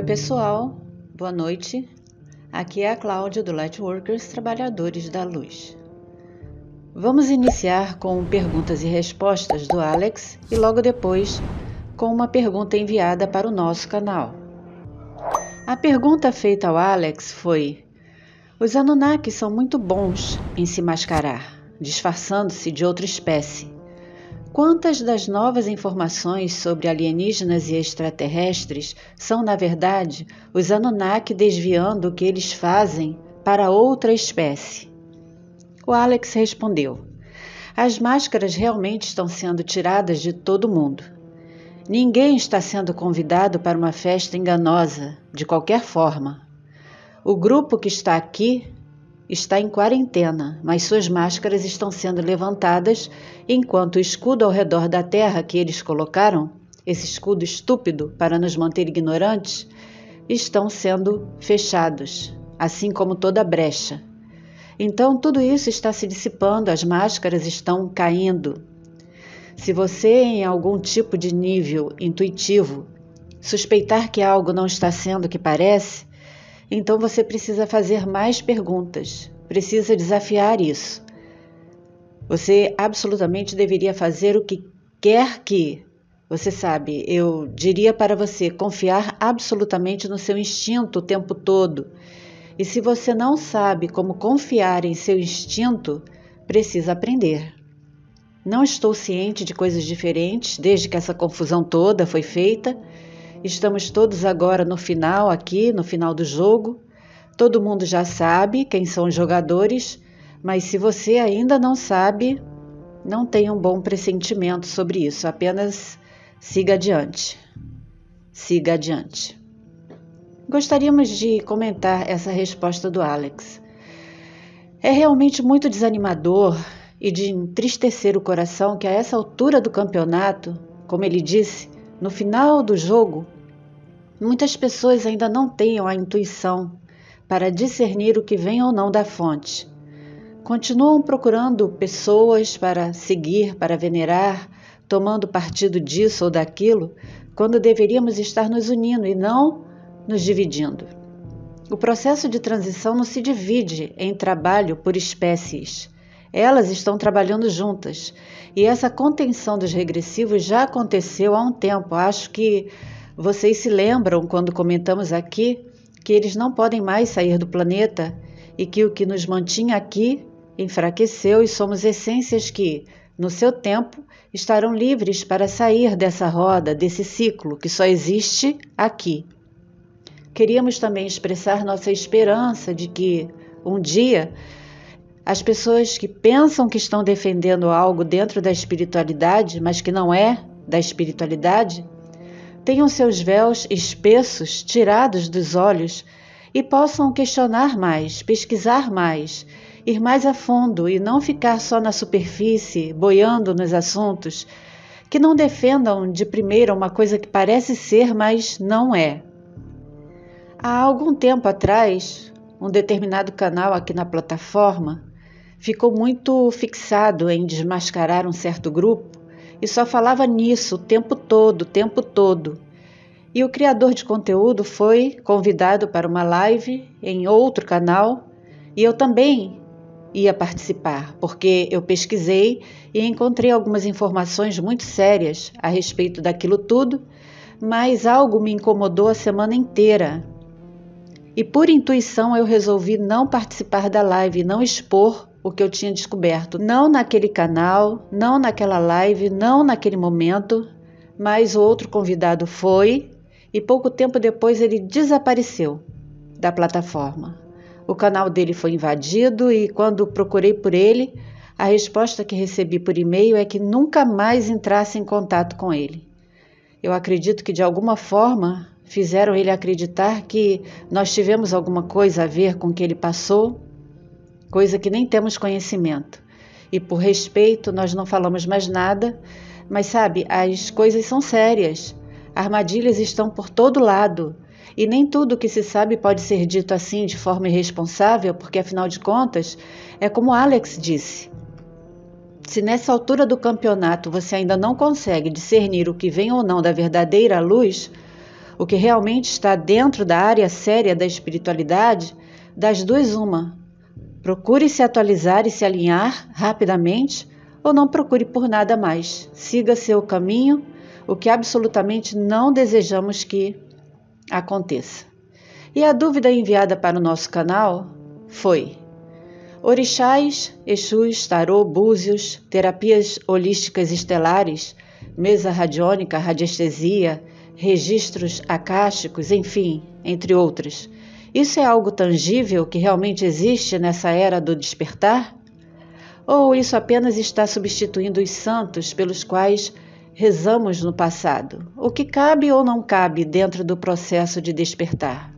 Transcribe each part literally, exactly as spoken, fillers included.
pessoal, boa noite. Aqui é a Cláudia do Lightworkers Trabalhadores da Luz. Vamos iniciar com perguntas e respostas do Alex e logo depois com uma pergunta enviada para o nosso canal. A pergunta feita ao Alex foi: os Anunnaki são muito bons em se mascarar, disfarçando-se de outra espécie. Quantas das novas informações sobre alienígenas e extraterrestres são, na verdade, os Anunnaki desviando o que eles fazem para outra espécie? O Alex respondeu: as máscaras realmente estão sendo tiradas de todo mundo. Ninguém está sendo convidado para uma festa enganosa, de qualquer forma. O grupo que está aqui está em quarentena, mas suas máscaras estão sendo levantadas enquanto o escudo ao redor da Terra que eles colocaram, esse escudo estúpido para nos manter ignorantes, estão sendo fechados, assim como toda brecha. Então tudo isso está se dissipando, as máscaras estão caindo. Se você, em algum tipo de nível intuitivo, suspeitar que algo não está sendo o que parece, então você precisa fazer mais perguntas, precisa desafiar isso. Você absolutamente deveria fazer o que quer que, você sabe, eu diria para você confiar absolutamente no seu instinto o tempo todo. E se você não sabe como confiar em seu instinto, precisa aprender. Não estou ciente de coisas diferentes desde que essa confusão toda foi feita. Estamos todos agora no final aqui, no final do jogo. Todo mundo já sabe quem são os jogadores, mas se você ainda não sabe, não tenha um bom pressentimento sobre isso. Apenas siga adiante. Siga adiante. Gostaríamos de comentar essa resposta do Alex. É realmente muito desanimador e de entristecer o coração que a essa altura do campeonato, como ele disse, no final do jogo, muitas pessoas ainda não tenham a intuição para discernir o que vem ou não da fonte. Continuam procurando pessoas para seguir, para venerar, tomando partido disso ou daquilo, quando deveríamos estar nos unindo e não nos dividindo. O processo de transição não se divide em trabalho por espécies. Elas estão trabalhando juntas. E essa contenção dos regressivos já aconteceu há um tempo. Acho que vocês se lembram quando comentamos aqui que eles não podem mais sair do planeta e que o que nos mantinha aqui enfraqueceu e somos essências que, no seu tempo, estarão livres para sair dessa roda, desse ciclo que só existe aqui. Queríamos também expressar nossa esperança de que, um dia, as pessoas que pensam que estão defendendo algo dentro da espiritualidade, mas que não é da espiritualidade, tenham seus véus espessos tirados dos olhos e possam questionar mais, pesquisar mais, ir mais a fundo e não ficar só na superfície, boiando nos assuntos, que não defendam de primeira uma coisa que parece ser, mas não é. Há algum tempo atrás, um determinado canal aqui na plataforma ficou muito fixado em desmascarar um certo grupo e só falava nisso o tempo todo, o tempo todo. E o criador de conteúdo foi convidado para uma live em outro canal e eu também ia participar, porque eu pesquisei e encontrei algumas informações muito sérias a respeito daquilo tudo, mas algo me incomodou a semana inteira. E por intuição eu resolvi não participar da live, não expor o que eu tinha descoberto. Não naquele canal, não naquela live, não naquele momento, mas o outro convidado foi e pouco tempo depois ele desapareceu da plataforma. O canal dele foi invadido e quando procurei por ele, a resposta que recebi por e-mail é que nunca mais entrasse em contato com ele. Eu acredito que de alguma forma fizeram ele acreditar que nós tivemos alguma coisa a ver com o que ele passou, coisa que nem temos conhecimento. E por respeito nós não falamos mais nada, mas sabe, as coisas são sérias, armadilhas estão por todo lado, e nem tudo o que se sabe pode ser dito assim de forma irresponsável, porque afinal de contas, é como Alex disse, se nessa altura do campeonato você ainda não consegue discernir o que vem ou não da verdadeira luz, o que realmente está dentro da área séria da espiritualidade, das duas uma. Procure se atualizar e se alinhar rapidamente, ou não procure por nada mais. Siga seu caminho, o que absolutamente não desejamos que aconteça. E a dúvida enviada para o nosso canal foi: orixás, exus, tarô, búzios, terapias holísticas estelares, mesa radiônica, radiestesia, registros acásticos, enfim, entre outras. Isso é algo tangível que realmente existe nessa era do despertar? Ou isso apenas está substituindo os santos pelos quais rezamos no passado? O que cabe ou não cabe dentro do processo de despertar?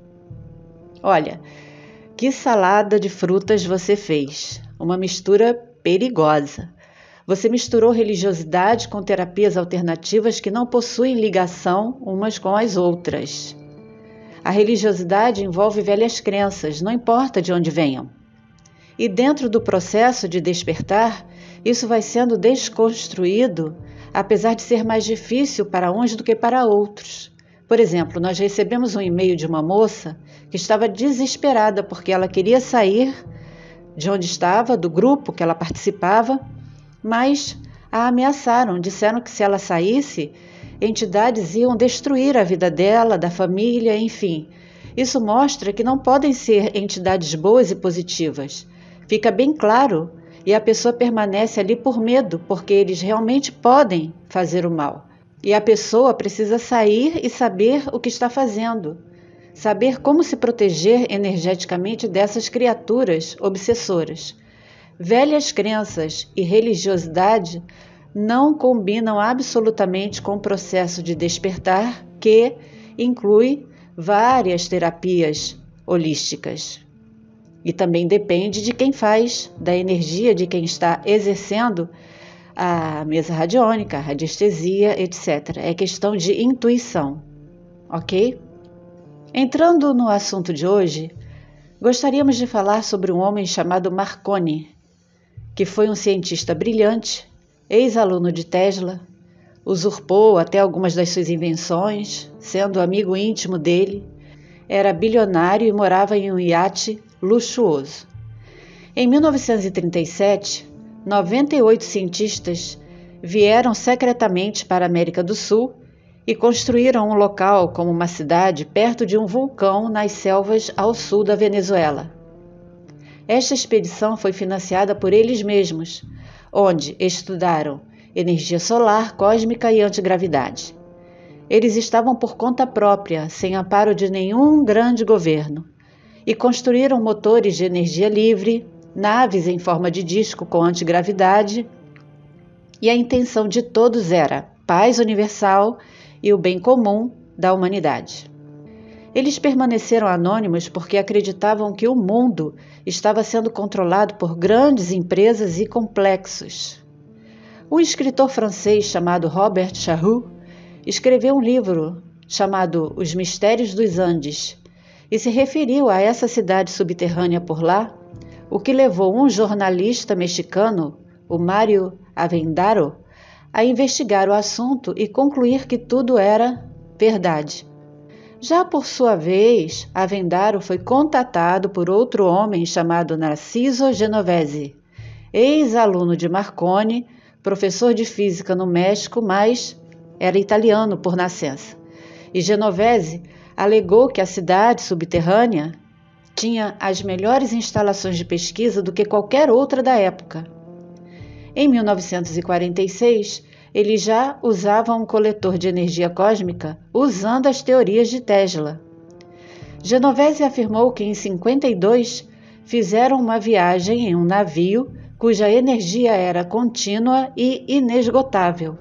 Olha, que salada de frutas você fez! Uma mistura perigosa. Você misturou religiosidade com terapias alternativas que não possuem ligação umas com as outras. A religiosidade envolve velhas crenças, não importa de onde venham. E dentro do processo de despertar, isso vai sendo desconstruído, apesar de ser mais difícil para uns do que para outros. Por exemplo, nós recebemos um e-mail de uma moça que estava desesperada porque ela queria sair de onde estava, do grupo que ela participava, mas a ameaçaram, disseram que se ela saísse, entidades iam destruir a vida dela, da família, enfim. Isso mostra que não podem ser entidades boas e positivas. Fica bem claro, e a pessoa permanece ali por medo, porque eles realmente podem fazer o mal. E a pessoa precisa sair e saber o que está fazendo, saber como se proteger energeticamente dessas criaturas obsessoras. Velhas crenças e religiosidade não combinam absolutamente com o processo de despertar, que inclui várias terapias holísticas. E também depende de quem faz, da energia de quem está exercendo a mesa radiônica, a radiestesia, etcétera. É questão de intuição, ok? Entrando no assunto de hoje, gostaríamos de falar sobre um homem chamado Marconi, que foi um cientista brilhante, ex-aluno de Tesla, usurpou até algumas das suas invenções, sendo amigo íntimo dele, era bilionário e morava em um iate luxuoso. Em mil novecentos e trinta e sete, noventa e oito cientistas vieram secretamente para a América do Sul e construíram um local como uma cidade perto de um vulcão nas selvas ao sul da Venezuela. Esta expedição foi financiada por eles mesmos, onde estudaram energia solar, cósmica e antigravidade. Eles estavam por conta própria, sem amparo de nenhum grande governo, e construíram motores de energia livre, naves em forma de disco com antigravidade, e a intenção de todos era paz universal e o bem comum da humanidade. Eles permaneceram anônimos porque acreditavam que o mundo estava sendo controlado por grandes empresas e complexos. Um escritor francês chamado Robert Charroux escreveu um livro chamado Os Mistérios dos Andes e se referiu a essa cidade subterrânea por lá, o que levou um jornalista mexicano, o Mário Avendaro, a investigar o assunto e concluir que tudo era verdade. Já por sua vez, Avendaro foi contatado por outro homem chamado Narciso Genovese, ex-aluno de Marconi, professor de física no México, mas era italiano por nascença. E Genovese alegou que a cidade subterrânea tinha as melhores instalações de pesquisa do que qualquer outra da época. Em mil novecentos e quarenta e seis, ele já usava um coletor de energia cósmica usando as teorias de Tesla. Genovese afirmou que em cinquenta e dois fizeram uma viagem em um navio cuja energia era contínua e inesgotável,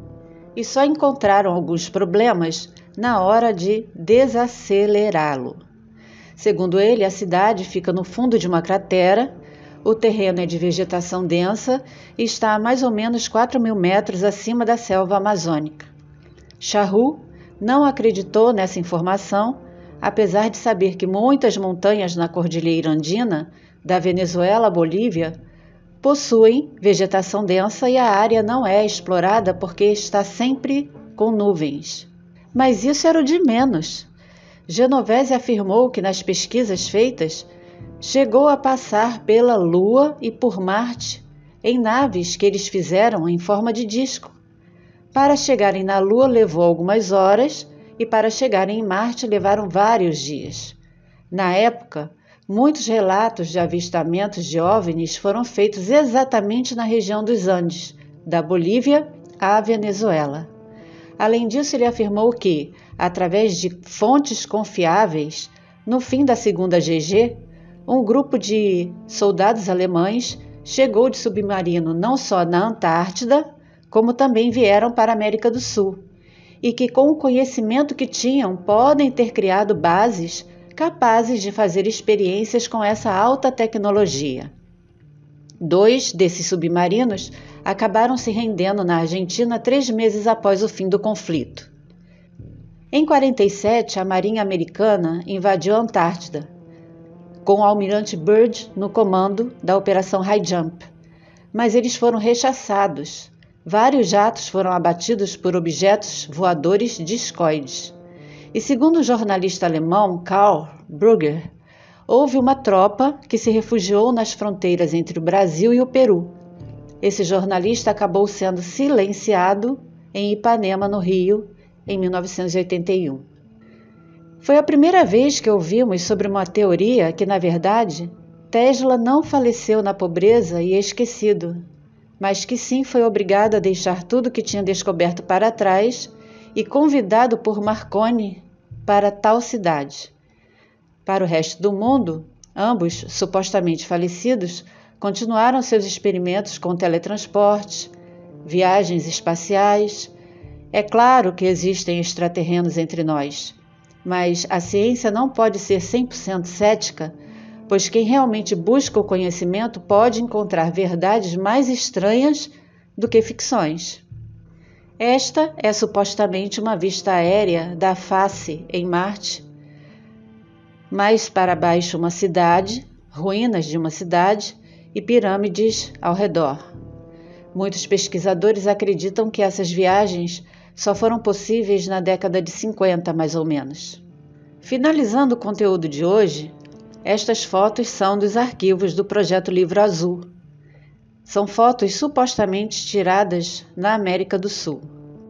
e só encontraram alguns problemas na hora de desacelerá-lo. Segundo ele, a cidade fica no fundo de uma cratera, o terreno é de vegetação densa e está a mais ou menos quatro mil metros acima da selva amazônica. Charroux não acreditou nessa informação, apesar de saber que muitas montanhas na Cordilheira Andina, da Venezuela à Bolívia, possuem vegetação densa e a área não é explorada porque está sempre com nuvens. Mas isso era o de menos. Genovese afirmou que nas pesquisas feitas, chegou a passar pela Lua e por Marte em naves que eles fizeram em forma de disco. Para chegarem na Lua levou algumas horas e para chegarem em Marte levaram vários dias. Na época, muitos relatos de avistamentos de OVNIs foram feitos exatamente na região dos Andes, da Bolívia à Venezuela. Além disso, ele afirmou que, através de fontes confiáveis, no fim da Segunda G G, um grupo de soldados alemães chegou de submarino não só na Antártida, como também vieram para a América do Sul, e que com o conhecimento que tinham podem ter criado bases capazes de fazer experiências com essa alta tecnologia. Dois desses submarinos acabaram se rendendo na Argentina três meses após o fim do conflito. Em quarenta e sete, a Marinha Americana invadiu a Antártida, com o almirante Byrd no comando da Operação High Jump, mas eles foram rechaçados. Vários jatos foram abatidos por objetos voadores discoides. E segundo o jornalista alemão Karl Brugger, houve uma tropa que se refugiou nas fronteiras entre o Brasil e o Peru. Esse jornalista acabou sendo silenciado em Ipanema, no Rio, em mil novecentos e oitenta e um. Foi a primeira vez que ouvimos sobre uma teoria que, na verdade, Tesla não faleceu na pobreza e esquecido, mas que sim foi obrigado a deixar tudo que tinha descoberto para trás e convidado por Marconi para tal cidade. Para o resto do mundo, ambos, supostamente falecidos, continuaram seus experimentos com teletransporte, viagens espaciais. É claro que existem extraterrenos entre nós, mas a ciência não pode ser cem por cento cética, pois quem realmente busca o conhecimento pode encontrar verdades mais estranhas do que ficções. Esta é supostamente uma vista aérea da face em Marte. Mais para baixo uma cidade, ruínas de uma cidade e pirâmides ao redor. Muitos pesquisadores acreditam que essas viagens só foram possíveis na década de cinquenta, mais ou menos. Finalizando o conteúdo de hoje, estas fotos são dos arquivos do Projeto Livro Azul. São fotos supostamente tiradas na América do Sul.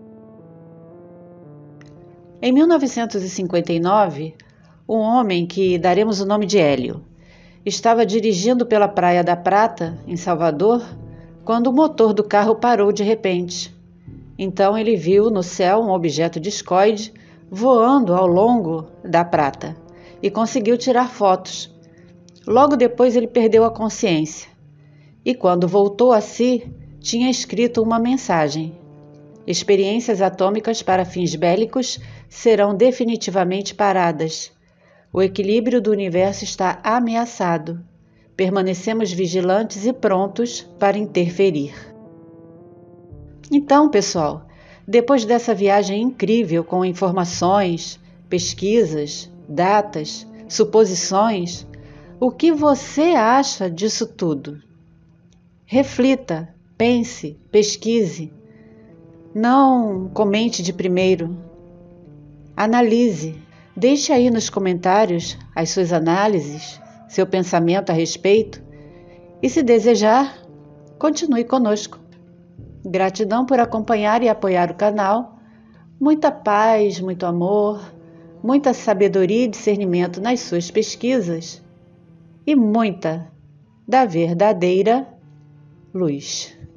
Em mil novecentos e cinquenta e nove, um homem que daremos o nome de Hélio estava dirigindo pela Praia da Prata, em Salvador, quando o motor do carro parou de repente. Então ele viu no céu um objeto discoide voando ao longo da prata e conseguiu tirar fotos. Logo depois ele perdeu a consciência e, quando voltou a si, tinha escrito uma mensagem: experiências atômicas para fins bélicos serão definitivamente paradas. O equilíbrio do universo está ameaçado. Permanecemos vigilantes e prontos para interferir. Então, pessoal, depois dessa viagem incrível com informações, pesquisas, datas, suposições, o que você acha disso tudo? Reflita, pense, pesquise. Não comente de primeiro. Analise. Deixe aí nos comentários as suas análises, seu pensamento a respeito. E se desejar, continue conosco. Gratidão por acompanhar e apoiar o canal. Muita paz, muito amor, muita sabedoria e discernimento nas suas pesquisas e muita da verdadeira luz.